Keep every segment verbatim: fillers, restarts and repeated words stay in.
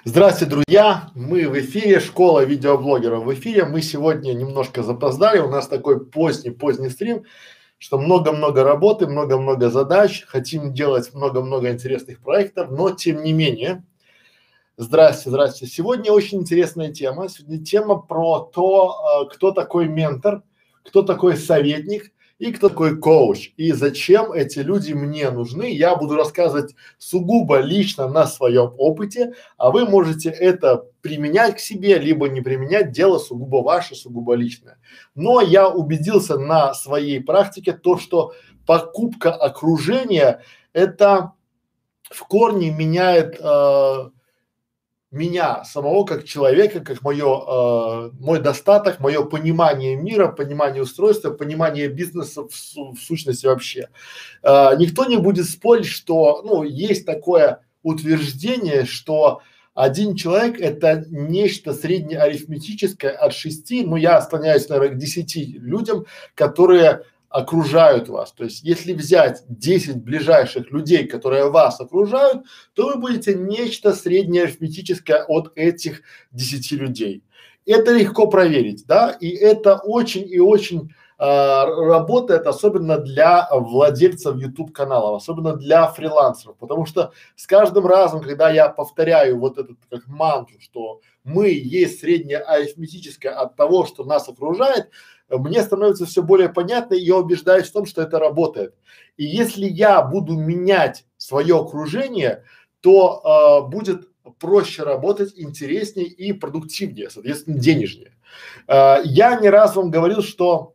Здравствуйте, друзья! Мы в эфире, школа видеоблогеров в эфире. Мы сегодня немножко запоздали, у нас такой поздний-поздний стрим, что много-много работы, много-много задач, хотим делать много-много интересных проектов, но тем не менее. Здрасте, здрасте. Сегодня очень интересная тема. Сегодня тема про то, а, кто такой ментор, кто такой советник и кто такой коуч. И зачем эти люди мне нужны. Я буду рассказывать сугубо лично на своем опыте, а вы можете это применять к себе, либо не применять, дело сугубо ваше, сугубо личное. Но я убедился на своей практике то, что покупка окружения это в корне меняет э, меня самого как человека, как мое, э, мой достаток, мое понимание мира, понимание устройства, понимание бизнеса в, су- в сущности вообще. Э, никто не будет спорить, что, ну, есть такое утверждение, что один человек это нечто среднеарифметическое от шести, ну я склоняюсь, наверное, к десяти людям, которые окружают вас. То есть, если взять десять ближайших людей, которые вас окружают, то вы будете нечто среднеарифметическое от этих десяти людей. Это легко проверить, да, и это очень и очень а, работает, особенно для владельцев YouTube каналов, особенно для фрилансеров, потому что с каждым разом, когда я повторяю вот этот как мантру, что мы есть среднее арифметическое от того, что нас окружает, мне становится все более понятно, и я убеждаюсь в том, что это работает. И если я буду менять свое окружение, то э, будет проще работать, интереснее и продуктивнее, соответственно, денежнее. Э, я не раз вам говорил, что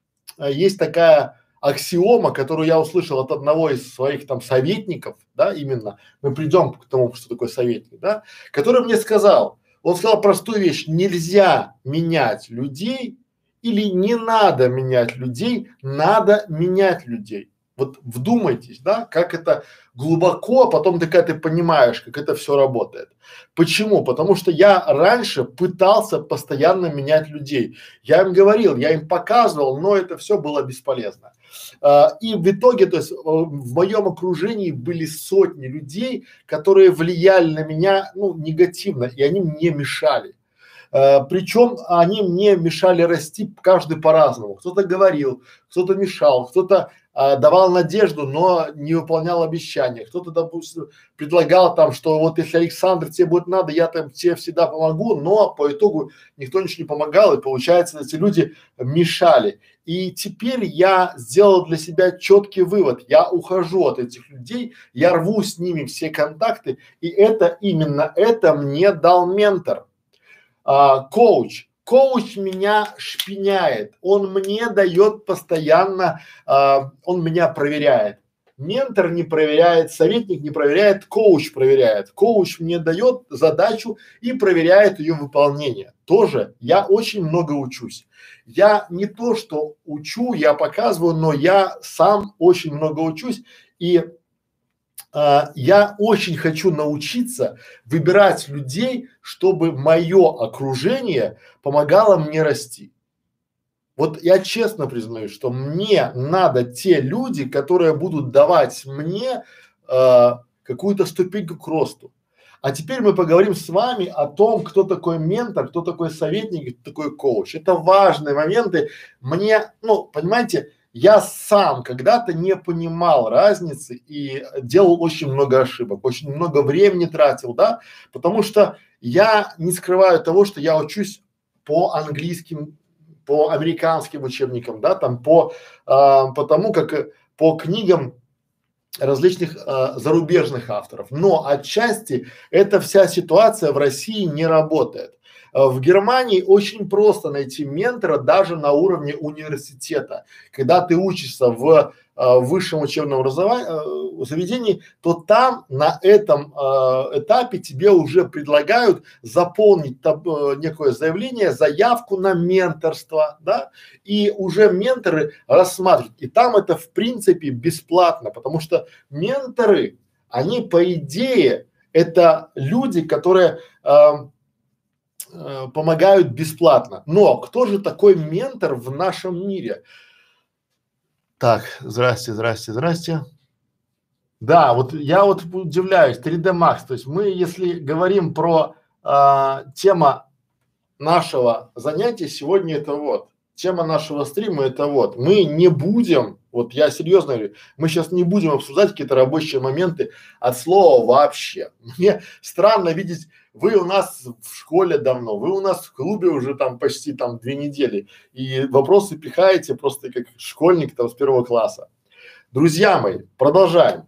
э, есть такая аксиома, которую я услышал от одного из своих там советников, да, именно, мы придем к тому, что такое советник, да, который мне сказал, он сказал простую вещь: нельзя менять людей или не надо менять людей, надо менять людей. Вот вдумайтесь, да, как это глубоко, а потом ты когда ты понимаешь, как это все работает. Почему? Потому что я раньше пытался постоянно менять людей. Я им говорил, я им показывал, но это все было бесполезно. А, и в итоге, то есть, э, в моем окружении были сотни людей, которые влияли на меня, ну, негативно, и они мне мешали. Э, причем они мне мешали расти каждый по-разному. Кто-то говорил, кто-то мешал, кто-то а, давал надежду, но не выполнял обещания. Кто-то, допустим, предлагал там, что вот если Александр тебе будет надо, я там тебе всегда помогу, но по итогу никто ничего не помогал, и получается эти люди мешали. И теперь я сделал для себя четкий вывод: я ухожу от этих людей, я рву с ними все контакты, и это именно это мне дал ментор. А, коуч. Коуч меня шпиняет, он мне дает постоянно, а, он меня проверяет. Ментор не проверяет, советник не проверяет, коуч проверяет. Коуч мне дает задачу и проверяет ее выполнение. Тоже я очень много учусь. Я не то что учу, я показываю, но я сам очень много учусь, и а, я очень хочу научиться выбирать людей, чтобы мое окружение помогало мне расти. Вот я честно признаюсь, что мне надо те люди, которые будут давать мне э, какую-то ступеньку к росту. А теперь мы поговорим с вами о том, кто такой ментор, кто такой советник, кто такой коуч. Это важные моменты. Мне, ну, понимаете, я сам когда-то не понимал разницы и делал очень много ошибок, очень много времени тратил, да, потому что я не скрываю того, что я учусь по английским, по американским учебникам, да, там по, а, по тому, как э, по книгам различных а, зарубежных авторов. Но отчасти эта вся ситуация в России не работает. А, в Германии очень просто найти ментора даже на уровне университета. Когда ты учишься в а, высшем учебном образовании, а, заведении, то там на этом а, этапе тебе уже предлагают заполнить таб, э, некое заявление, заявку на менторство, да, и уже менторы рассматривают. И там это в принципе бесплатно, потому что менторы, они по идее это люди, которые а, э, помогают бесплатно. Но кто же такой ментор в нашем мире? Так, здрасте, здрасте, здрасте. Да, вот я вот удивляюсь, три дэ Max, то есть мы, если говорим про а, тема нашего занятия сегодня, это вот, тема нашего стрима это вот, мы не будем, вот я серьезно говорю, мы сейчас не будем обсуждать какие-то рабочие моменты от слова вообще. Мне странно видеть, вы у нас в школе давно, вы у нас в клубе уже там почти там две недели, и вопросы пихаете просто как школьник там с первого класса. Друзья мои, продолжаем.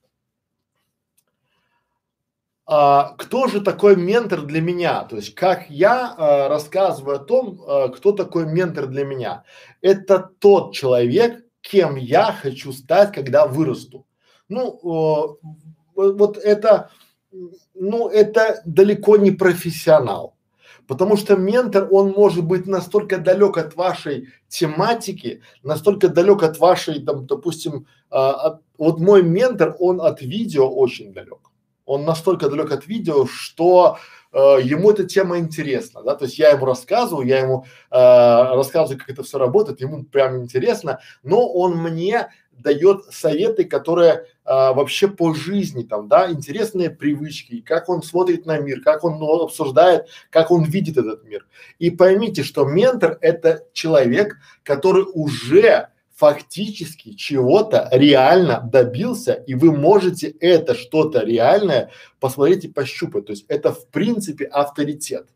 А, кто же такой ментор для меня? То есть как я а, рассказываю о том, а, кто такой ментор для меня. Это тот человек, кем я хочу стать, когда вырасту. Ну, о, вот это, ну, это далеко не профессионал. Потому что ментор, он может быть настолько далек от вашей тематики, настолько далек от вашей, там, допустим, а, от, вот мой ментор, он от видео очень далек. Он настолько далек от видео, что э, ему эта тема интересна, да, то есть я ему рассказываю, я ему э, рассказываю, как это все работает, ему прям интересно, но он мне дает советы, которые э, вообще по жизни там, да, интересные привычки, как он смотрит на мир, как он ну, обсуждает, как он видит этот мир. И поймите, что ментор – это человек, который уже фактически чего-то реально добился, и вы можете это что-то реальное посмотреть и пощупать. То есть это в принципе авторитет.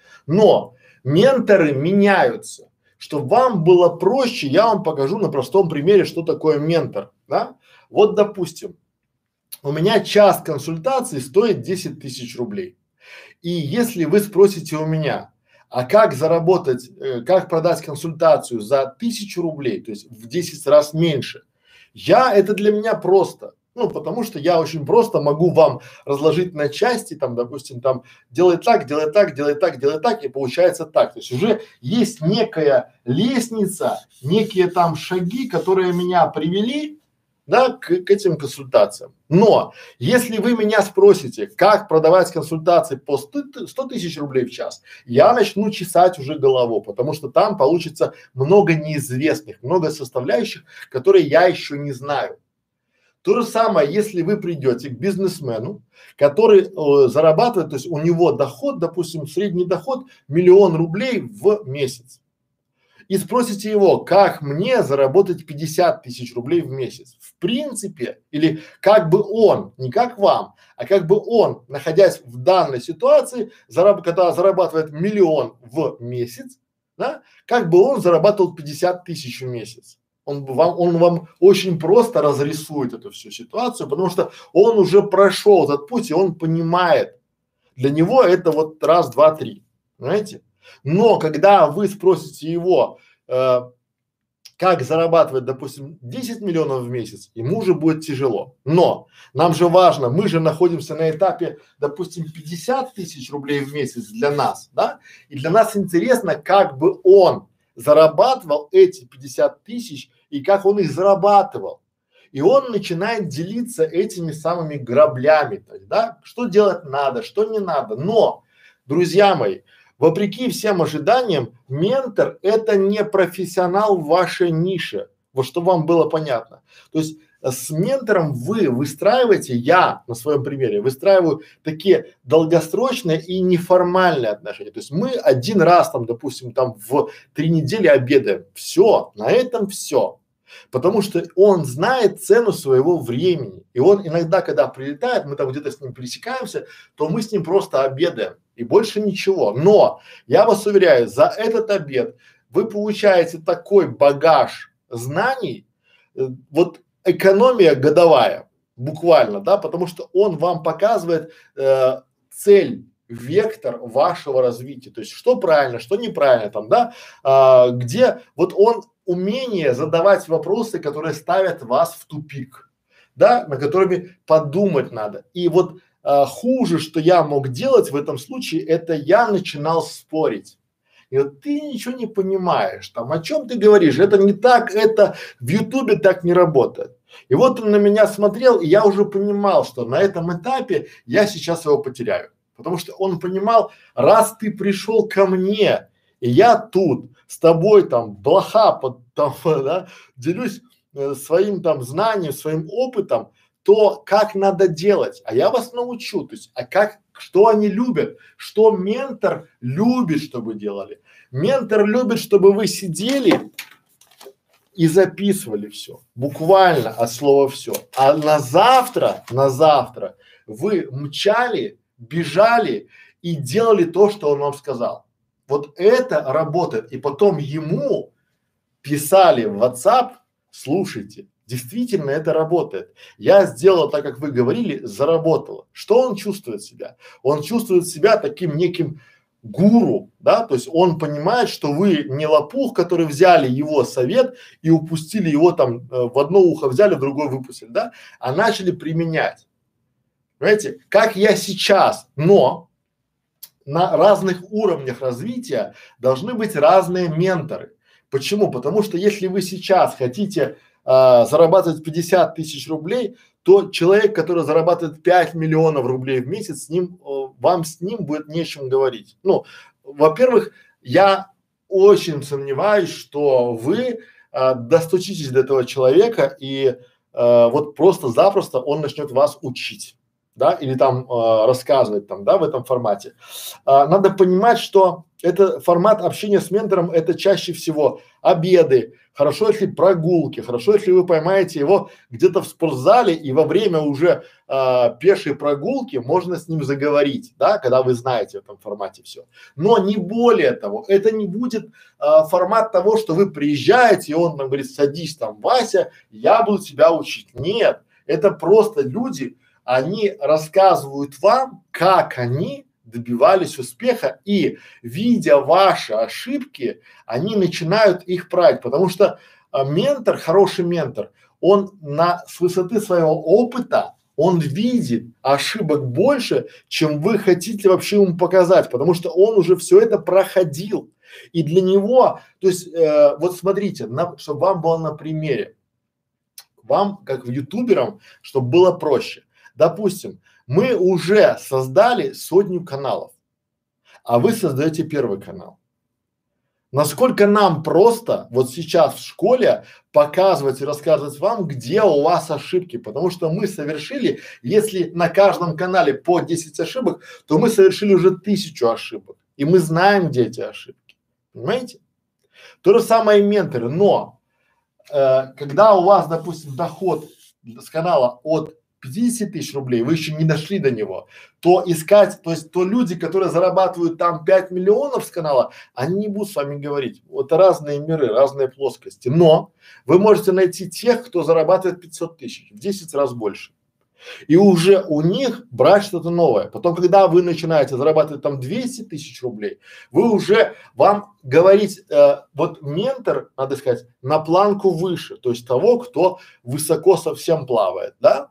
Но менторы меняются. Чтобы вам было проще, я вам покажу на простом примере, что такое ментор. Да? Вот допустим, у меня час консультации стоит десять тысяч рублей. И если вы спросите у меня, а как заработать, э, как продать консультацию за тысячу рублей, то есть в десять раз меньше, я, это для меня просто. Ну, потому что я очень просто могу вам разложить на части, там, допустим, там, делай так, делай так, делай так, делай так, и получается так. То есть уже есть некая лестница, некие там шаги, которые меня привели, да, к, к этим консультациям. Но если вы меня спросите, как продавать консультации по сто тысяч рублей в час, я начну чесать уже голову, потому что там получится много неизвестных, много составляющих, которые я еще не знаю. То же самое, если вы придете к бизнесмену, который э, зарабатывает, то есть у него доход, допустим, средний доход миллион рублей в месяц. И спросите его, как мне заработать пятьдесят тысяч рублей в месяц. В принципе, или как бы он, не как вам, а как бы он, находясь в данной ситуации, зараб, когда зарабатывает миллион в месяц, да, как бы он зарабатывал пятьдесят тысяч в месяц. Он бы вам, он вам очень просто разрисует эту всю ситуацию, потому что он уже прошел этот путь и он понимает. Для него это вот раз, два, три, понимаете? Но когда вы спросите его, э, как зарабатывать, допустим, десять миллионов в месяц, ему уже будет тяжело. Но нам же важно, мы же находимся на этапе, допустим, пятьдесят тысяч рублей в месяц для нас, да? И для нас интересно, как бы он зарабатывал эти пятьдесят тысяч и как он их зарабатывал. И он начинает делиться этими самыми граблями, то есть, да, что делать надо, что не надо. Но, друзья мои, вопреки всем ожиданиям, ментор – это не профессионал в вашей нише. Вот что вам было понятно. То есть с ментором вы выстраиваете, я на своем примере выстраиваю такие долгосрочные и неформальные отношения. То есть мы один раз там, допустим, там в три недели обедаем. Все, на этом все. Потому что он знает цену своего времени. И он иногда, когда прилетает, мы там где-то с ним пересекаемся, то мы с ним просто обедаем. И больше ничего. Но я вас уверяю, за этот обед вы получаете такой багаж знаний, э, вот экономия годовая, буквально, да, потому что он вам показывает э, цель, вектор вашего развития, то есть что правильно, что неправильно там, да, а, где вот он умение задавать вопросы, которые ставят вас в тупик, да, на которыми подумать надо. И вот а, хуже, что я мог делать в этом случае, это я начинал спорить. И вот ты ничего не понимаешь, там, о чем ты говоришь, это не так, это в Ютубе так не работает. И вот он на меня смотрел, и я уже понимал, что на этом этапе я сейчас его потеряю. Потому что он понимал, раз ты пришел ко мне, и я тут с тобой там блоха под, там, да, делюсь э, своим там знанием, своим опытом, то, как надо делать, а я вас научу, то есть, а как, что они любят, что ментор любит, чтобы делали. Ментор любит, чтобы вы сидели и записывали все, буквально от слова все. А на завтра, на завтра вы мчали, бежали и делали то, что он вам сказал. Вот это работает. И потом ему писали в WhatsApp: слушайте, действительно это работает. Я сделал так, как вы говорили, заработало. Что он чувствует себя? Он чувствует себя таким неким гуру, да, то есть он понимает, что вы не лопух, который взяли его совет и упустили его там э, в одно ухо взяли, в другое выпустили, да, а начали применять. Понимаете, как я сейчас, но на разных уровнях развития должны быть разные менторы. Почему? Потому что если вы сейчас хотите а, зарабатывать пятьдесят тысяч рублей, то человек, который зарабатывает пять миллионов рублей в месяц, с ним, э, вам с ним будет не о чем говорить. Ну, во-первых, я очень сомневаюсь, что вы э, достучитесь до этого человека и э, вот просто-запросто он начнет вас учить, да, или там э, рассказывать там, да, в этом формате. А, надо понимать, что это формат общения с ментором, это чаще всего обеды, хорошо, если прогулки, хорошо, если вы поймаете его где-то в спортзале и во время уже а, пешей прогулки можно с ним заговорить, да, когда вы знаете в этом формате все. Но не более того, это не будет а, формат того, что вы приезжаете и он там говорит: садись там, Вася, я буду тебя учить. Нет, это просто люди, они рассказывают вам, как они добивались успеха, и видя ваши ошибки, они начинают их править, потому что а, ментор, хороший ментор, он на, с высоты своего опыта, он видит ошибок больше, чем вы хотите вообще ему показать, потому что он уже все это проходил. И для него, то есть, э, вот смотрите, на, чтобы вам было на примере, вам, как в ютуберам, чтобы было проще. Допустим, мы уже создали сотню каналов, а вы создаете первый канал. Насколько нам просто вот сейчас в школе показывать и рассказывать вам, где у вас ошибки, потому что мы совершили, если на каждом канале по десять ошибок, то мы совершили уже тысячу ошибок, и мы знаем, где эти ошибки, понимаете? То же самое и менторы, но э, когда у вас, допустим, доход с канала от пятьдесят тысяч рублей, вы еще не дошли до него, то искать, то есть то люди, которые зарабатывают там пять миллионов с канала, они не будут с вами говорить. Вот разные миры, разные плоскости. Но вы можете найти тех, кто зарабатывает пятьсот тысяч, в десять раз больше. И уже у них брать что-то новое. Потом, когда вы начинаете зарабатывать там двести тысяч рублей, вы уже, вам говорить, э, вот ментор, надо сказать, на планку выше, то есть того, кто высоко совсем плавает, да?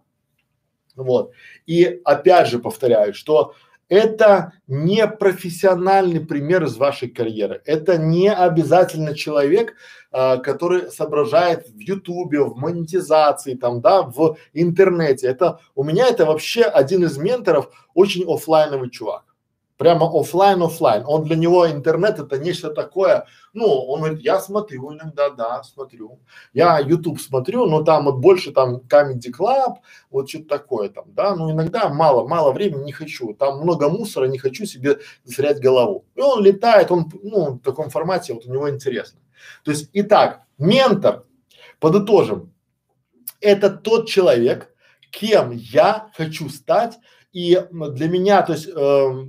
Вот. И опять же повторяю, что это не профессиональный пример из вашей карьеры. Это не обязательно человек, а, который соображает в ютубе, в монетизации, там, да, в интернете. Это у меня это вообще один из менторов, очень оффлайновый чувак. Прямо оффлайн, оффлайн. Он для него интернет это нечто такое. Ну, он говорит: я смотрю иногда, да, смотрю. Я YouTube смотрю, но там вот больше там Comedy Club, вот что-то такое там, да. Ну, иногда мало, мало времени, не хочу. Там много мусора, не хочу себе засорять голову. И он летает, он, ну, в таком формате, вот у него интересно. То есть, итак, ментор, подытожим, это тот человек, кем я хочу стать, и для меня, то есть, э,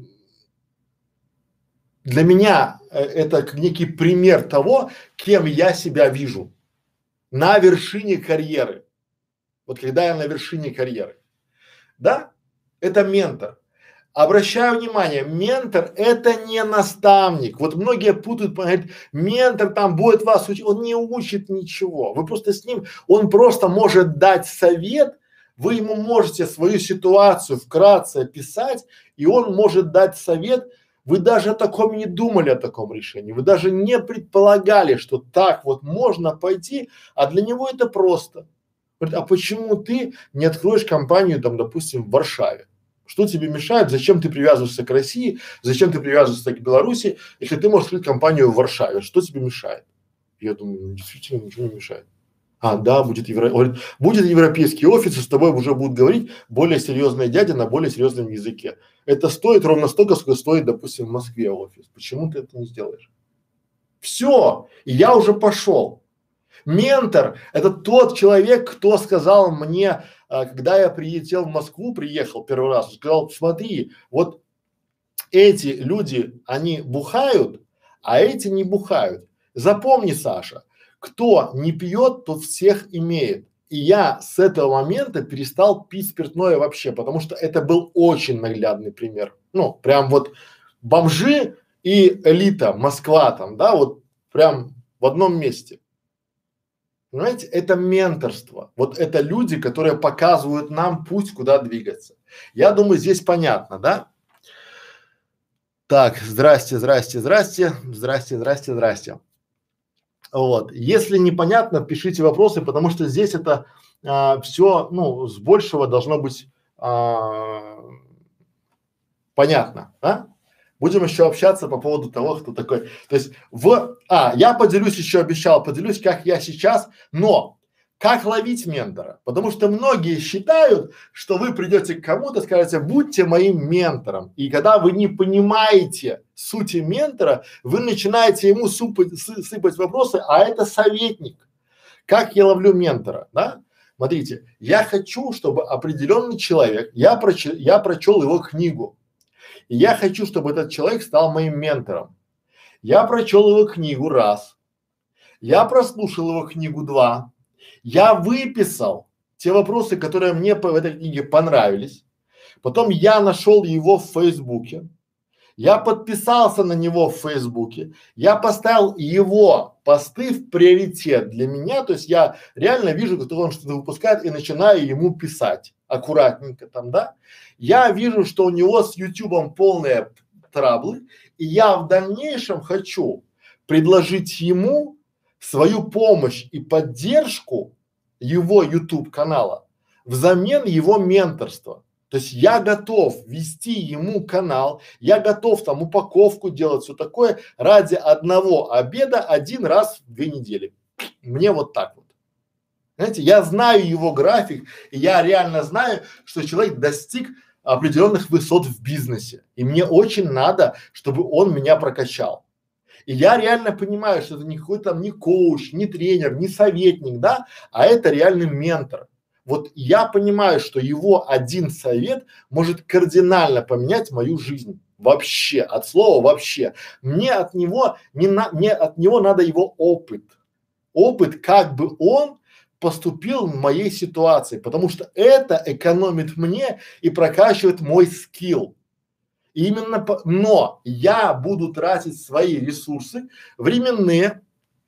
для меня э, это как некий пример того, кем я себя вижу на вершине карьеры. Вот когда я на вершине карьеры, да, это ментор. Обращаю внимание, ментор это не наставник. Вот многие путают, говорят, ментор там будет вас учить, он не учит ничего. Вы просто с ним, он просто может дать совет, вы ему можете свою ситуацию вкратце описать, и он может дать совет. Вы даже о таком не думали, о таком решении, вы даже не предполагали, что так вот можно пойти, а для него это просто. Говорит: а почему ты не откроешь компанию там, допустим, в Варшаве? Что тебе мешает? Зачем ты привязываешься к России? Зачем ты привязываешься к Беларуси, если ты можешь открыть компанию в Варшаве? Что тебе мешает? Я думаю, ну, действительно ничего не мешает. А, да, будет, евро... говорит, будет европейский офис, и с тобой уже будут говорить более серьезные дяди на более серьезном языке. Это стоит ровно столько, сколько стоит, допустим, в Москве офис. Почему ты это не сделаешь? Все, и я уже пошел. Ментор – это тот человек, кто сказал мне, а, когда я прилетел в Москву, приехал первый раз, сказал, смотри, вот эти люди, они бухают, а эти не бухают. Запомни, Саша, кто не пьет, тот всех имеет. И я с этого момента перестал пить спиртное вообще, потому что это был очень наглядный пример. Ну, прям вот бомжи и элита, Москва там, да, вот прям в одном месте. Понимаете, это менторство. Вот это люди, которые показывают нам путь, куда двигаться. Я думаю, здесь понятно, да? Так, здрасте, здрасте, здрасте, здрасте, здрасте, здрасте. Вот, если непонятно, пишите вопросы, потому что здесь это а, все, ну, с большего должно быть а, понятно, да? Будем еще общаться по поводу того, кто такой. То есть в, а, я поделюсь еще, обещал, поделюсь, как я сейчас, но как ловить ментора? Потому что многие считают, что вы придете к кому-то, скажете, будьте моим ментором. И когда вы не понимаете сути ментора, вы начинаете ему сыпать, сыпать вопросы, а это советник. Как я ловлю ментора, да? Смотрите, я хочу, чтобы определенный человек, я, проч, я прочел его книгу, и я хочу, чтобы этот человек стал моим ментором. Я прочел его книгу раз, я прослушал его книгу два, я выписал те вопросы, которые мне по, в этой книге понравились, потом я нашел его в Фейсбуке, я подписался на него в Фейсбуке, я поставил его посты в приоритет для меня, то есть я реально вижу, как он что-то выпускает и начинаю ему писать аккуратненько там, да. Я вижу, что у него с Ютубом полные траблы, и я в дальнейшем хочу предложить ему свою помощь и поддержку его YouTube канала взамен его менторства. То есть я готов вести ему канал, я готов там упаковку делать, все такое ради одного обеда один раз в две недели. Мне вот так вот. Знаете, я знаю его график, и я реально знаю, что человек достиг определенных высот в бизнесе. И мне очень надо, чтобы он меня прокачал. И я реально понимаю, что это не какой-то там не коуч, не тренер, не советник, да, а это реальный ментор. Вот я понимаю, что его один совет может кардинально поменять мою жизнь. Вообще, от слова вообще. Мне от него не на, мне от него надо его опыт. Опыт, как бы он поступил в моей ситуации, потому что это экономит мне и прокачивает мой скилл. И именно, по, но я буду тратить свои ресурсы временные,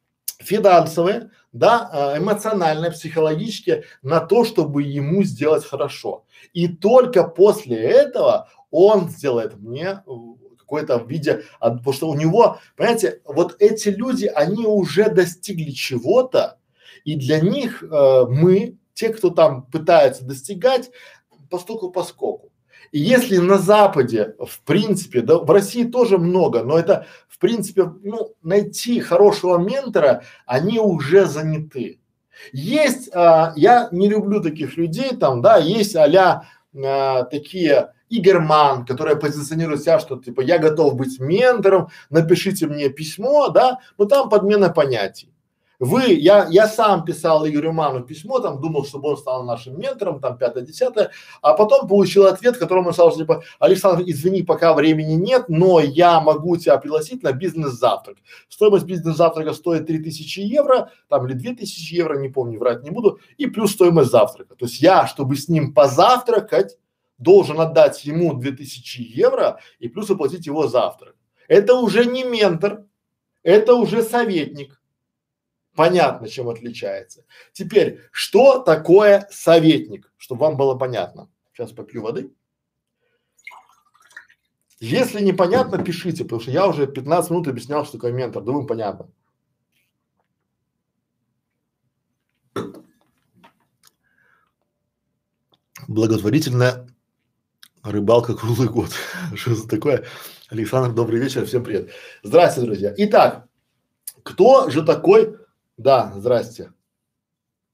финансовые, да, эмоционально, психологически на то, чтобы ему сделать хорошо. И только после этого он сделает мне какое-то в виде, потому что у него, понимаете, вот эти люди, они уже достигли чего-то, и для них э, мы, те, кто там пытается достигать, постольку поскольку. И если на Западе, в принципе, да, в России тоже много, но это, в принципе, ну, найти хорошего ментора, они уже заняты. Есть, а, я не люблю таких людей там, да, есть а-ля а, такие Игорь Манн, которые позиционируют себя, что типа я готов быть ментором, напишите мне письмо, да, но там подмена понятий. Вы, я, я сам писал Игорю Манну письмо, там думал, чтобы он стал нашим ментором, там пятое-десятое, а потом получил ответ, в котором он сказал, что типа, Александр, извини, пока времени нет, но я могу тебя пригласить на бизнес-завтрак. Стоимость бизнес-завтрака стоит три тысячи евро, там или две тысячи евро, не помню, врать не буду, и плюс стоимость завтрака. То есть я, чтобы с ним позавтракать, должен отдать ему две тысячи евро и плюс оплатить его завтрак. Это уже не ментор, это уже советник. Понятно, чем отличается. Теперь, что такое советник, чтобы вам было понятно. Сейчас попью воды. Если непонятно, пишите, потому что я уже пятнадцать минут объяснял, что такое ментор. Думаю, понятно. Благотворительная рыбалка круглый год. Что за такое? Александр, добрый вечер, всем привет. Здравствуйте, друзья. Итак, кто же такой? Да, здрасте.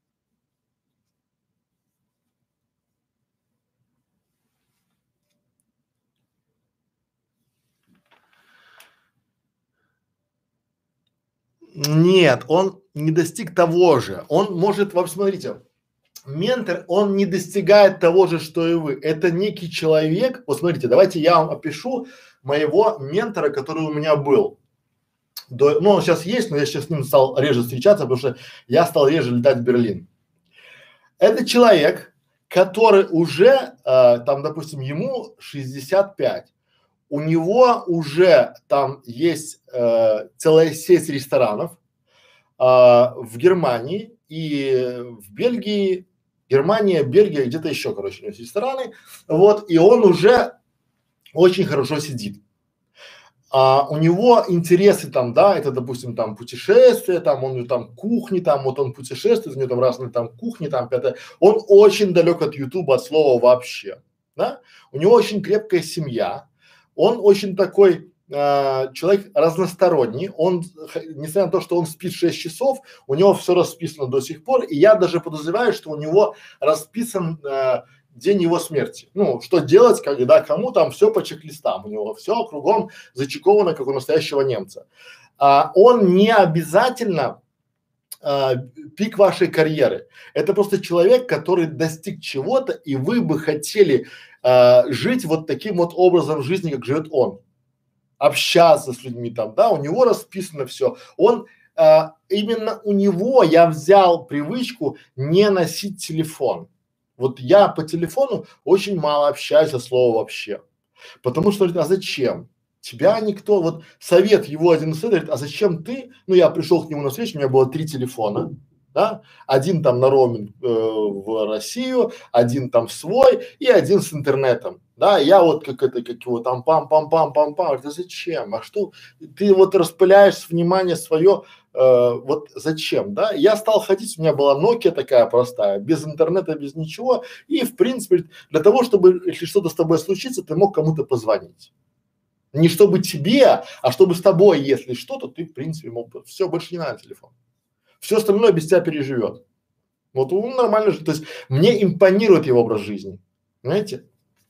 Нет, он не достиг того же. Он может, вот смотрите, ментор, он не достигает того же, что и вы. Это некий человек. Вот смотрите, давайте я вам опишу моего ментора, который у меня был. До, ну, он сейчас есть, но я сейчас с ним стал реже встречаться, потому что я стал реже летать в Берлин. Это человек, который уже, э, там, допустим, ему шестьдесят пять. У него уже там есть э, целая сеть ресторанов э, в Германии и в Бельгии, Германия, Бельгия, где-то еще, короче, у него есть рестораны, вот, и он уже очень хорошо сидит. А у него интересы там, да, это, допустим, там путешествия, там он там кухни, там вот он путешествует, у него там разные там кухни, там пятое. Он очень далек от Ютуба, от слова вообще, да. У него очень крепкая семья, он очень такой э, человек разносторонний, он, х- несмотря на то, что он спит шесть часов, у него все расписано до сих пор, и я даже подозреваю, что у него расписан э, день его смерти. Ну, что делать, когда кому там все по чек-листам, у него все кругом зачековано, как у настоящего немца. А, он не обязательно а, пик вашей карьеры. Это просто человек, который достиг чего-то, и вы бы хотели а, жить вот таким вот образом жизни, как живет он. Общаться с людьми там, да, у него расписано все. Он а, именно у него я взял привычку не носить телефон. Вот я по телефону очень мало общаюсь от слова вообще. Потому что, говорит, а зачем? Тебя никто, вот совет его один из говорит, а зачем ты, ну я пришел к нему на встречу, у меня было три телефона, да, один там на роуминг э, в Россию, один там свой и один с интернетом, да, я вот как это, как его там пам-пам-пам-пам-пам, говорит, а зачем, а что, ты вот распыляешь внимание свое, э, вот зачем, да, я стал ходить, у меня была Nokia такая простая, без интернета, без ничего, и в принципе для того, чтобы, если что-то с тобой случится, ты мог кому-то позвонить. Не чтобы тебе, а чтобы с тобой, если что, то ты в принципе мог бы, все, больше не надо телефон. Все остальное без тебя переживет. Вот он нормально же, то есть мне импонирует его образ жизни, знаете,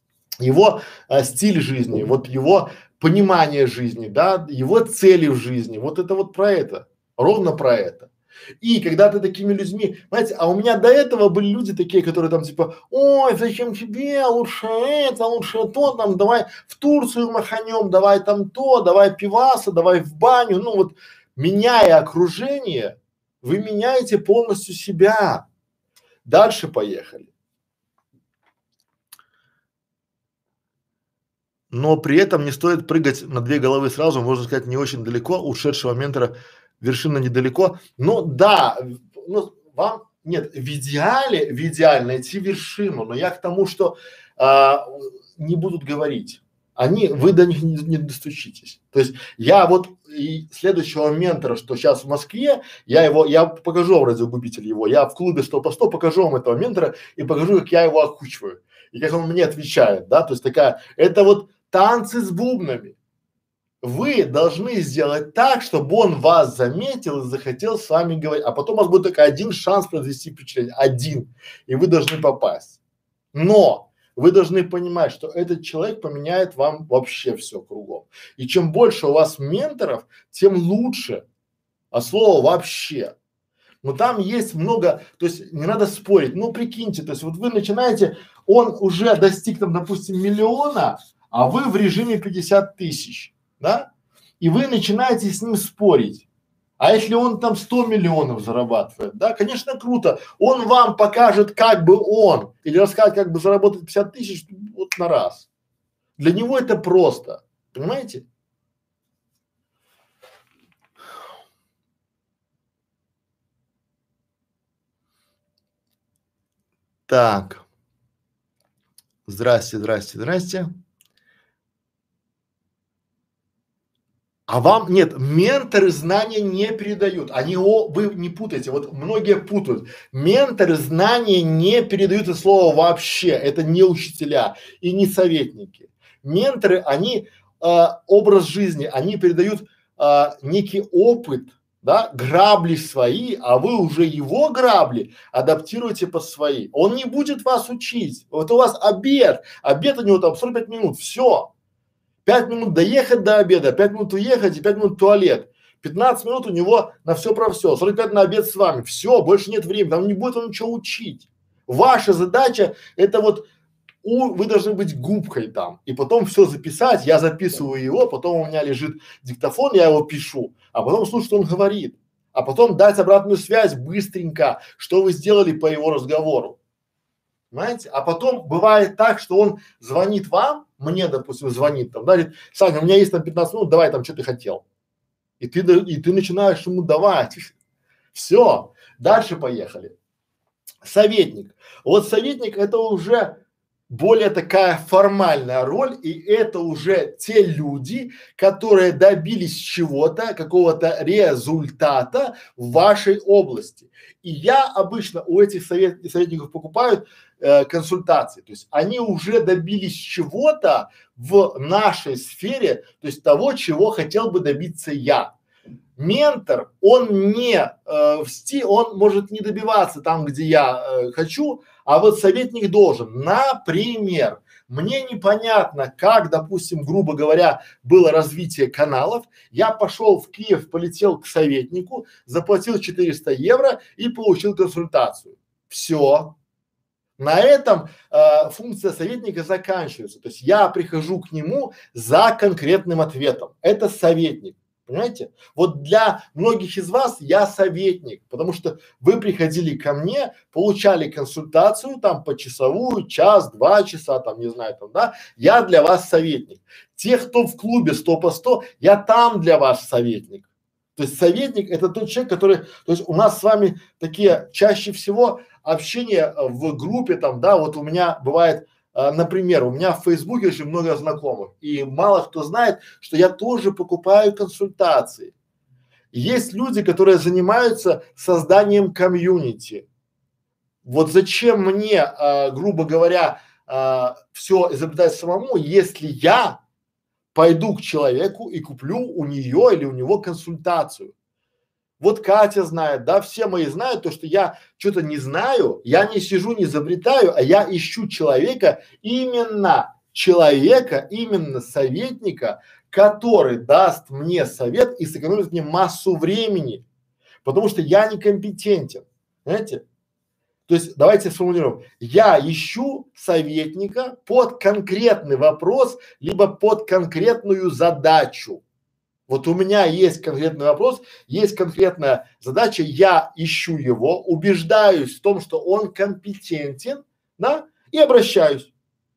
его а, стиль жизни, вот его понимание жизни, да, его цели в жизни, вот это вот про это, ровно про это. И когда ты такими людьми, знаете, а у меня до этого были люди такие, которые там типа, ой, зачем тебе, лучше это, лучше то, там, давай в Турцию маханем, давай там то, давай пиваса, давай в баню, ну вот, меняя окружение, вы меняете полностью себя. Дальше поехали. Но при этом не стоит прыгать на две головы сразу, можно сказать, не очень далеко, ушедшего ментора вершина недалеко. Но да, ну, вам, нет, в идеале, в идеале найти вершину, но я к тому, что а, не будут говорить. Они, вы до них не, не достучитесь. То есть я вот и следующего ментора, что сейчас в Москве, я его, я покажу вам радиогубитель его, я в клубе сто по сто покажу вам этого ментора и покажу, как я его окучиваю. И как он мне отвечает, да, то есть такая, это вот танцы с бубнами. Вы должны сделать так, чтобы он вас заметил и захотел с вами говорить, а потом у вас будет только один шанс произвести впечатление, один, и вы должны попасть. Но вы должны понимать, что этот человек поменяет вам вообще все кругом. И чем больше у вас менторов, тем лучше. А слово вообще. Но там есть много, то есть не надо спорить. Ну прикиньте, то есть вот вы начинаете, он уже достиг там, допустим, миллиона, а вы в режиме пятьдесят тысяч, да? И вы начинаете с ним спорить. А если он там сто миллионов зарабатывает, да, конечно, круто. Он вам покажет, как бы он, или расскажет, как бы заработать пятьдесят тысяч вот на раз. Для него это просто, понимаете? Так. Здрасте, здрасте, здрасте. А вам нет, менторы знания не передают. Они о, вы не путайте. Вот многие путают. Менторы знания не передают это слово вообще. Это не учителя и не советники. Менторы, они а, образ жизни, они передают а, некий опыт, да, грабли свои, а вы уже его грабли адаптируете под свои. Он не будет вас учить. Вот у вас обед, обед у него там сорок пять минут, все. Пять минут доехать до обеда, пять минут уехать и пять минут в туалет. пятнадцать минут у него на все про все, сорок пять на обед с вами, все, больше нет времени, там не будет он ничего учить. Ваша задача это вот у, вы должны быть губкой там, и потом все записать, я записываю его, потом у меня лежит диктофон, я его пишу, а потом слушать, что он говорит, а потом дать обратную связь быстренько, что вы сделали по его разговору. Понимаете? А потом бывает так, что он звонит вам, мне, допустим, звонит там, да, говорит, Саня, у меня есть там пятнадцать минут, давай там, что ты хотел. И ты, да- и ты начинаешь ему давать. Все, дальше поехали. Советник. Вот советник это уже более такая формальная роль, и это уже те люди, которые добились чего-то, какого-то результата в вашей области. И я обычно у этих совет, советников покупаю э, консультации, то есть они уже добились чего-то в нашей сфере, то есть того, чего хотел бы добиться я. Ментор, он не э, в сти, он может не добиваться там, где я э, хочу, а вот советник должен. Например, мне непонятно, как, допустим, грубо говоря, было развитие каналов. Я пошел в Киев, полетел к советнику, заплатил четыреста евро и получил консультацию. Все. На этом э, функция советника заканчивается. То есть я прихожу к нему за конкретным ответом. Это советник. Понимаете? Вот для многих из вас я советник, потому что вы приходили ко мне, получали консультацию там по часовую, час, два часа, там, не знаю, там, да, я для вас советник. Те, кто в клубе сто по сто, я там для вас советник. То есть советник это тот человек, который, то есть у нас с вами такие чаще всего общение в группе там, да, вот у меня бывает, а, например, у меня в Фейсбуке очень много знакомых, и мало кто знает, что я тоже покупаю консультации. Есть люди, которые занимаются созданием комьюнити. Вот зачем мне, а, грубо говоря, а, все изобретать самому, если я пойду к человеку и куплю у нее или у него консультацию. Вот Катя знает, да, все мои знают то, что я что-то не знаю, я не сижу, не изобретаю, а я ищу человека, именно человека, именно советника, который даст мне совет и сэкономит мне массу времени, потому что я некомпетентен, знаете? То есть давайте сформулируем, я ищу советника под конкретный вопрос, либо под конкретную задачу. Вот у меня есть конкретный вопрос, есть конкретная задача, я ищу его, убеждаюсь в том, что он компетентен, да, и обращаюсь.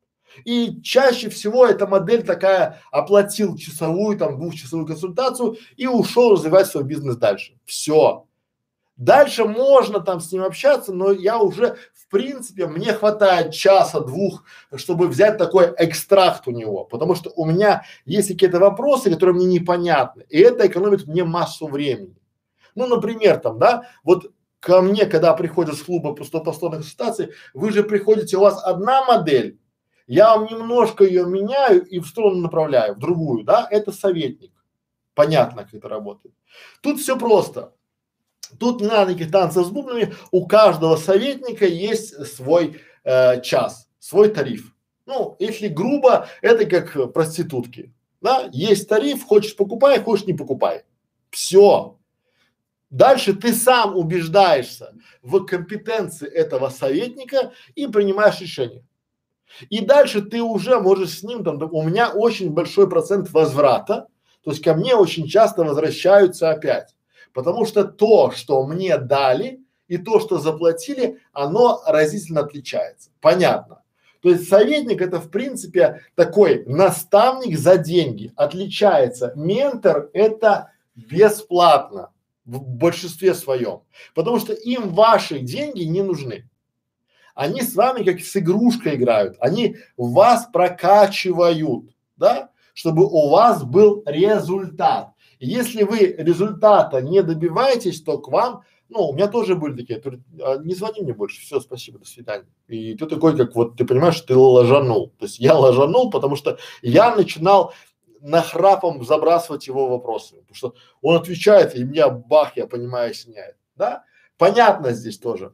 И чаще всего эта модель такая: оплатил часовую, там, двухчасовую консультацию и ушел развивать свой бизнес дальше. Все. Дальше можно там с ним общаться, но я уже, в принципе, мне хватает часа-двух, чтобы взять такой экстракт у него, потому что у меня есть какие-то вопросы, которые мне непонятны, и это экономит мне массу времени. Ну, например, там, да, вот ко мне, когда приходят с клуба по постоянной консультации, вы же приходите, у вас одна модель, я вам немножко ее меняю и в сторону направляю, в другую, да, это советник. Понятно, как это работает. Тут все просто. Тут не надо никаких танцев с бубнами, у каждого советника есть свой э, час, свой тариф. Ну, если грубо, это как э, проститутки, да, есть тариф, хочешь покупай, хочешь не покупай. Все. Дальше ты сам убеждаешься в компетенции этого советника и принимаешь решение. И дальше ты уже можешь с ним там, у меня очень большой процент возврата, то есть ко мне очень часто возвращаются опять, потому что то, что мне дали и то, что заплатили, оно разительно отличается. Понятно. То есть советник это в принципе такой наставник за деньги, отличается. Ментор это бесплатно в большинстве своем, потому что им ваши деньги не нужны. Они с вами как с игрушкой играют, они вас прокачивают, да, чтобы у вас был результат. И если вы результата не добиваетесь, то к вам, ну, у меня тоже были такие, говорят, «А, не звони мне больше, все, спасибо, до свидания». И ты такой, как вот, ты понимаешь, ты ложанул. То есть я ложанул, потому что я начинал нахрапом забрасывать его вопросами, потому что он отвечает, и меня бах, я понимаю, сняет, да. Понятно здесь тоже.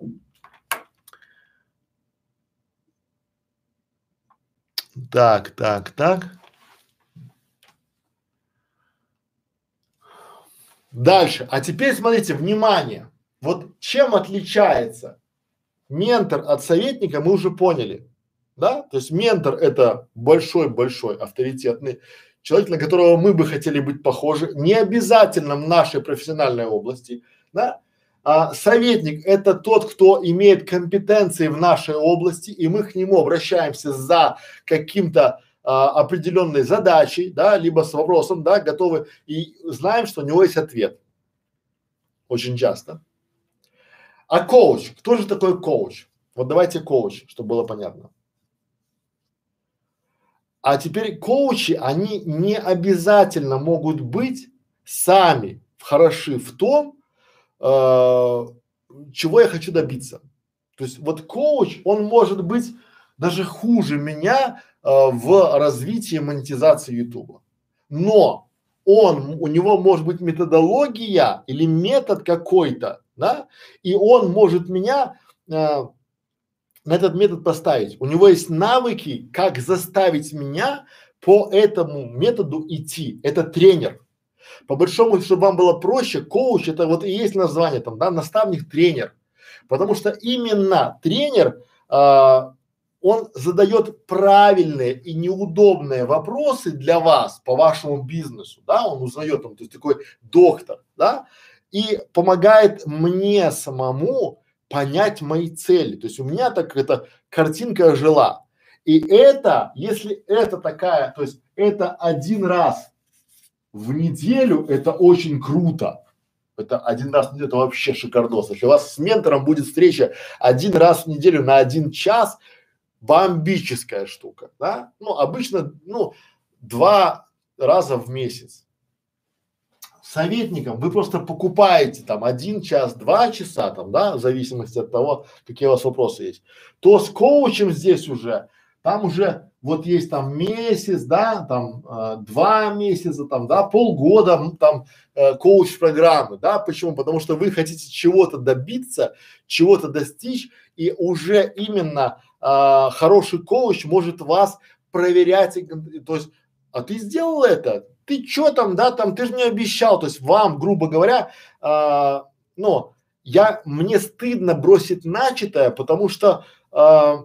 Так, так, так. Дальше. А теперь смотрите, внимание. Вот чем отличается ментор от советника, мы уже поняли. Да? То есть ментор это большой-большой авторитетный человек, на которого мы бы хотели быть похожи, не обязательно в нашей профессиональной области, да? А советник это тот, кто имеет компетенции в нашей области, и мы к нему обращаемся за каким-то а, определенной задачей, да, либо с вопросом, да, готовы и знаем, что у него есть ответ. Очень часто. А коуч, кто же такой коуч? Вот давайте коуч, чтобы было понятно. А теперь коучи, они не обязательно могут быть сами хороши в том, э, чего я хочу добиться. То есть вот коуч, он может быть даже хуже меня э, в развитии монетизации Ютуба. Но он, у него может быть методология или метод какой-то, да, и он может меня э, на этот метод поставить. У него есть навыки, как заставить меня по этому методу идти. Это тренер. По большому, чтобы вам было проще, коуч это вот и есть название там, да, наставник, тренер. Потому что именно тренер, а, он задает правильные и неудобные вопросы для вас по вашему бизнесу, да, он узнает, он, то есть такой доктор, да, и помогает мне самому понять мои цели. То есть у меня так эта картинка жила. И это, если это такая, то есть это один раз в неделю, это очень круто. Это один раз в неделю, это вообще шикардос. Если у вас с ментором будет встреча один раз в неделю на один час, бомбическая штука, да? Ну, обычно, ну, два раза в месяц. Советником вы просто покупаете там один час, два часа там, да, в зависимости от того, какие у вас вопросы есть. То с коучем здесь уже, там уже вот есть там месяц, да, там э, два месяца, там, да, полгода, м, там э, коуч-программы, да, почему? Потому что вы хотите чего-то добиться, чего-то достичь, и уже именно э, хороший коуч может вас проверять, и, кон- то есть, а ты сделал это? Ты чё там, да, там, ты же не обещал, то есть вам, грубо говоря, а, ну, я, мне стыдно бросить начатое, потому что а,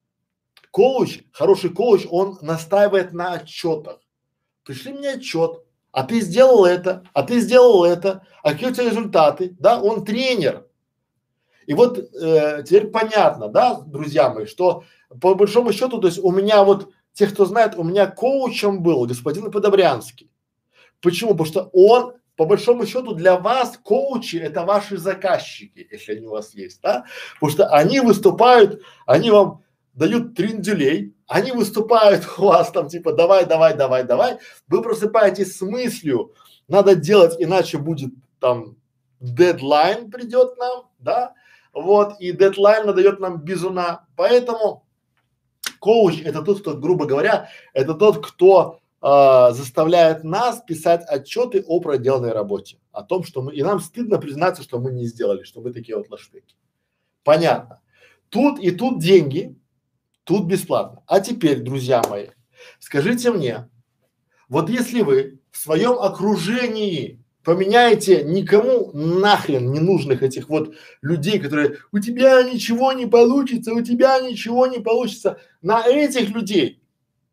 коуч, хороший коуч, он настаивает на отчетах. Пришли мне отчет, а ты сделал это, а ты сделал это, а какие у тебя результаты, да, он тренер. И вот э, теперь понятно, да, друзья мои, что по большому счету, то есть у меня вот, те, кто знает, у меня коучем был господин Подобрянский. Почему? Потому что он, по большому счету, для вас коучи это ваши заказчики, если они у вас есть, да? Потому что они выступают, они вам дают тринделей, они выступают у вас там типа давай, давай, давай, давай. Вы просыпаетесь с мыслью, надо делать, иначе будет там дедлайн придет нам, да? Вот, и дедлайн надает нам бизуна. Поэтому коуч это тот, кто, грубо говоря, это тот, кто а, заставляет нас писать отчеты о проделанной работе, о том, что мы, и нам стыдно признаться, что мы не сделали, что мы такие вот лошпеки. Понятно. Тут и тут деньги, тут бесплатно. А теперь, друзья мои, скажите мне, вот если вы в своем окружении поменяете никому нахрен ненужных этих вот людей, которые у тебя ничего не получится, у тебя ничего не получится, на этих людей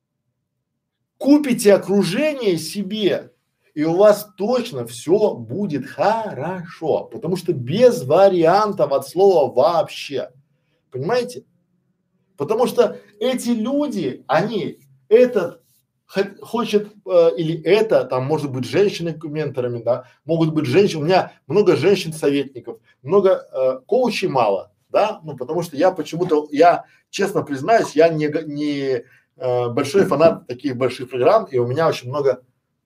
купите окружение себе, и у вас точно все будет хорошо, потому что без вариантов от слова вообще, понимаете? Потому что эти люди, они этот хо- хочет э, или это, там может быть женщины менторами, да, могут быть женщины, у меня много женщин-советников, много э, коучей мало, да, ну потому что я почему-то, я честно признаюсь, я не, г- не э, большой фанат таких больших программ, и у меня очень много,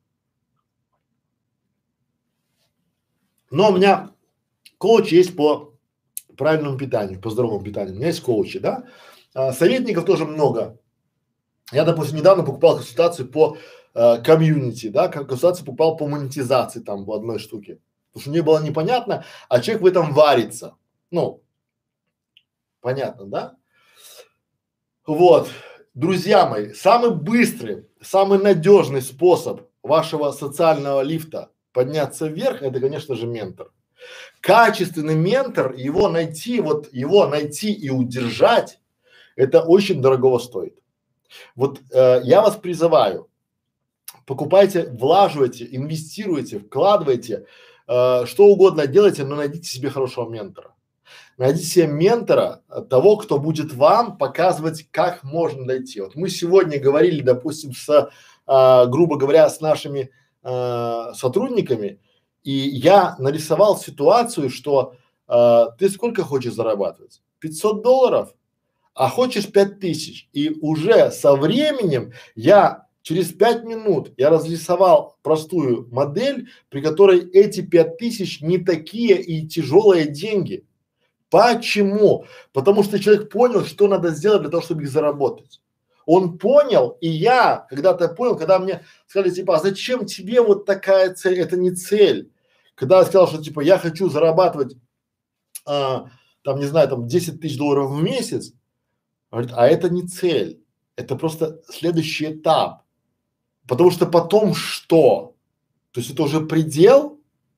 но у меня коуч есть по правильному питанию, по здоровому питанию, у меня есть коучи, да, а, советников тоже много. Я, допустим, недавно покупал консультацию по э, комьюнити, да, как консультацию покупал по монетизации там в одной штуке. Потому что мне было непонятно, а человек в этом варится. Ну, понятно, да? Вот, друзья мои, самый быстрый, самый надежный способ вашего социального лифта подняться вверх, это, конечно же, ментор. Качественный ментор, его найти, вот его найти и удержать, это очень дорогого стоит. Вот э, я вас призываю, покупайте, влаживайте, инвестируйте, вкладывайте, э, что угодно делайте, но найдите себе хорошего ментора. Найдите себе ментора, э, того, кто будет вам показывать, как можно дойти. Вот мы сегодня говорили, допустим, с, э, грубо говоря, с нашими э, сотрудниками, и я нарисовал ситуацию, что э, ты сколько хочешь зарабатывать? пятьсот долларов? А хочешь пять тысяч. И уже со временем я через пять минут я разрисовал простую модель, при которой эти пять тысяч не такие и тяжелые деньги. Почему? Потому что человек понял, что надо сделать для того, чтобы их заработать. Он понял, и я когда-то понял, когда мне сказали, типа, а зачем тебе вот такая цель? Это не цель. Когда я сказал, что типа я хочу зарабатывать, а, там, не знаю, там десять тысяч долларов в месяц, говорит, а это не цель, это просто следующий этап. Потому что потом что? То есть это уже предел,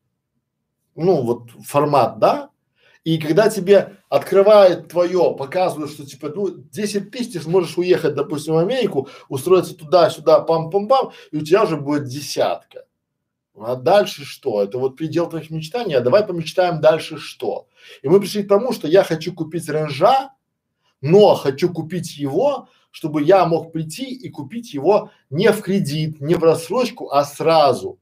ну вот формат, да? И когда тебе открывает твое, показывают, что типа, ну, десять тысяч ты сможешь уехать, допустим, в Америку, устроиться туда-сюда, пам-пам-пам, и у тебя уже будет десятка. А дальше что? Это вот предел твоих мечтаний, а давай помечтаем дальше что? И мы пришли к тому, что я хочу купить ренжа, но хочу купить его, чтобы я мог прийти и купить его не в кредит, не в рассрочку, а сразу.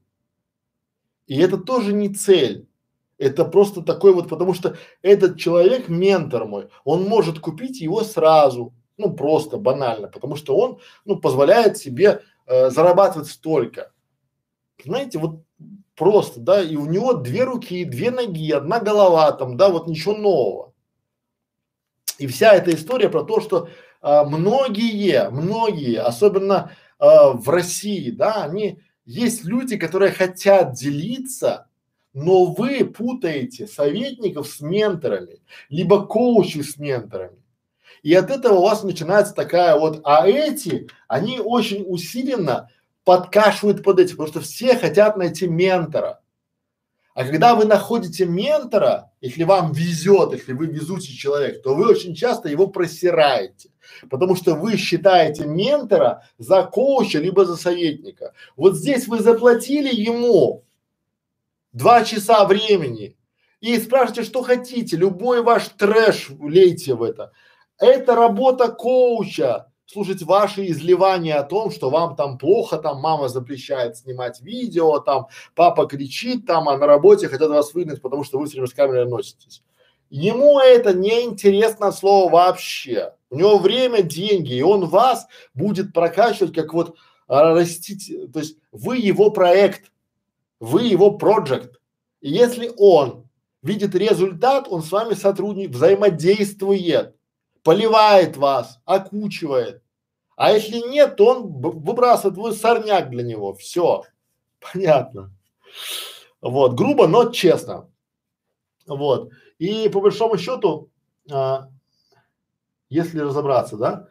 И это тоже не цель. Это просто такой вот, потому что этот человек, ментор мой, он может купить его сразу, ну просто банально, потому что он, ну, позволяет себе э, зарабатывать столько. Знаете, вот просто, да, и у него две руки, две ноги, одна голова там, да, вот ничего нового. И вся эта история про то, что а, многие, многие, особенно а, в России, да, они, есть люди, которые хотят делиться, но вы путаете советников с менторами, либо коучей с менторами. И от этого у вас начинается такая вот, а эти, они очень усиленно подкашивают под этим, потому что все хотят найти ментора. А когда вы находите ментора, если вам везет, если вы везучий человек, то вы очень часто его просираете, потому что вы считаете ментора за коуча либо за советника. Вот здесь вы заплатили ему два часа времени и спрашиваете, что хотите, любой ваш трэш лейте в это. Это работа коуча. Слушать ваши изливания о том, что вам там плохо, там мама запрещает снимать видео, там папа кричит, там, а на работе хотят вас выгнать, потому что вы все время с камерой носитесь. Ему это не интересно слово вообще. У него время, деньги, и он вас будет прокачивать, как вот а, растить, то есть вы его проект, вы его проект. И если он видит результат, он с вами сотрудничает, взаимодействует, поливает вас, окучивает. А если нет, то он выбрасывает, вы сорняк для него. Все. Понятно. Вот. Грубо, но честно. Вот. И по большому счету, а, если разобраться, да,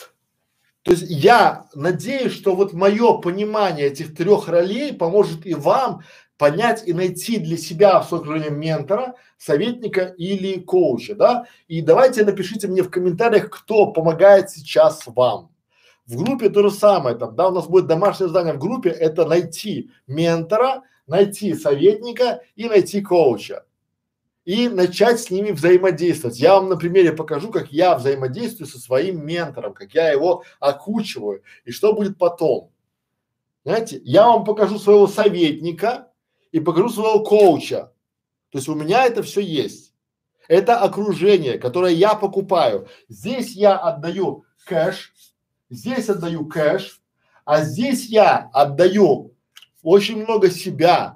то есть я надеюсь, что вот мое понимание этих трех ролей поможет и вам понять и найти для себя в своем окружении ментора, советника или коуча, да. И давайте напишите мне в комментариях, кто помогает сейчас вам. В группе то же самое, там, да, у нас будет домашнее задание в группе, это найти ментора, найти советника и найти коуча. И начать с ними взаимодействовать. Я вам на примере покажу, как я взаимодействую со своим ментором, как я его окучиваю и что будет потом. Знаете, я вам покажу своего советника и покажу своего коуча. То есть у меня это все есть. Это окружение, которое я покупаю. Здесь я отдаю кэш, здесь отдаю кэш, а здесь я отдаю очень много себя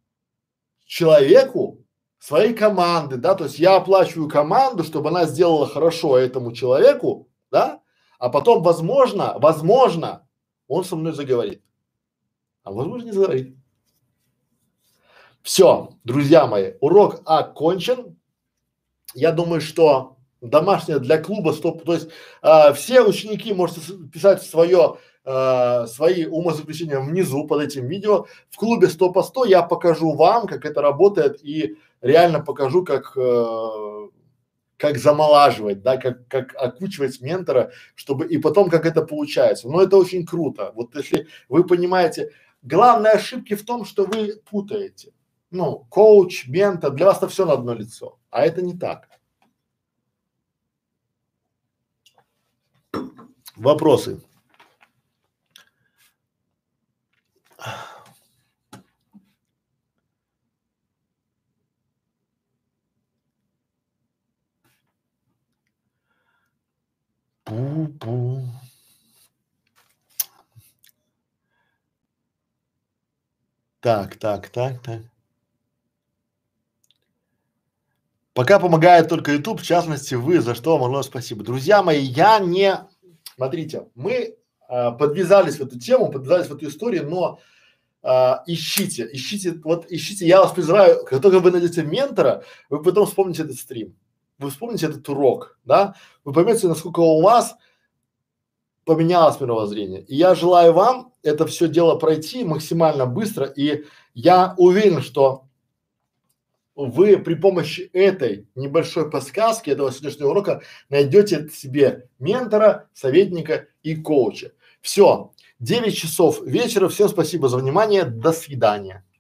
человеку, своей команды, да, то есть я оплачиваю команду, чтобы она сделала хорошо этому человеку, да, а потом, возможно, возможно, он со мной заговорит, а возможно не заговорит. Все, друзья мои, урок окончен. Я думаю, что домашнее для клуба стоп, то есть а, все ученики можете писать свое э, свои умозаключения внизу под этим видео. В клубе сто по сто я покажу вам, как это работает, и реально покажу, как э, как замолаживать, да, как, как окучивать ментора, чтобы и потом как это получается. Но это очень круто. Вот если вы понимаете, главные ошибки в том, что вы путаете. Ну, коуч, ментор, для вас это все на одно лицо, а это не так. Вопросы? Пу-пу. Так, так, так, так. Пока помогает только YouTube, в частности, вы, за что вам огромное спасибо. Друзья мои, я не… Смотрите, мы а, подвязались в эту тему, подвязались в эту историю, но а, ищите, ищите, вот ищите, я вас призываю, как только вы найдете ментора, вы потом вспомните этот стрим, вы вспомните этот урок, да, вы поймете, насколько у вас поменялось мировоззрение. И я желаю вам это все дело пройти максимально быстро, и я уверен, что вы при помощи этой небольшой подсказки, этого сегодняшнего урока найдете себе ментора, советника и коуча. Все, девять часов вечера. Всем спасибо за внимание. До свидания.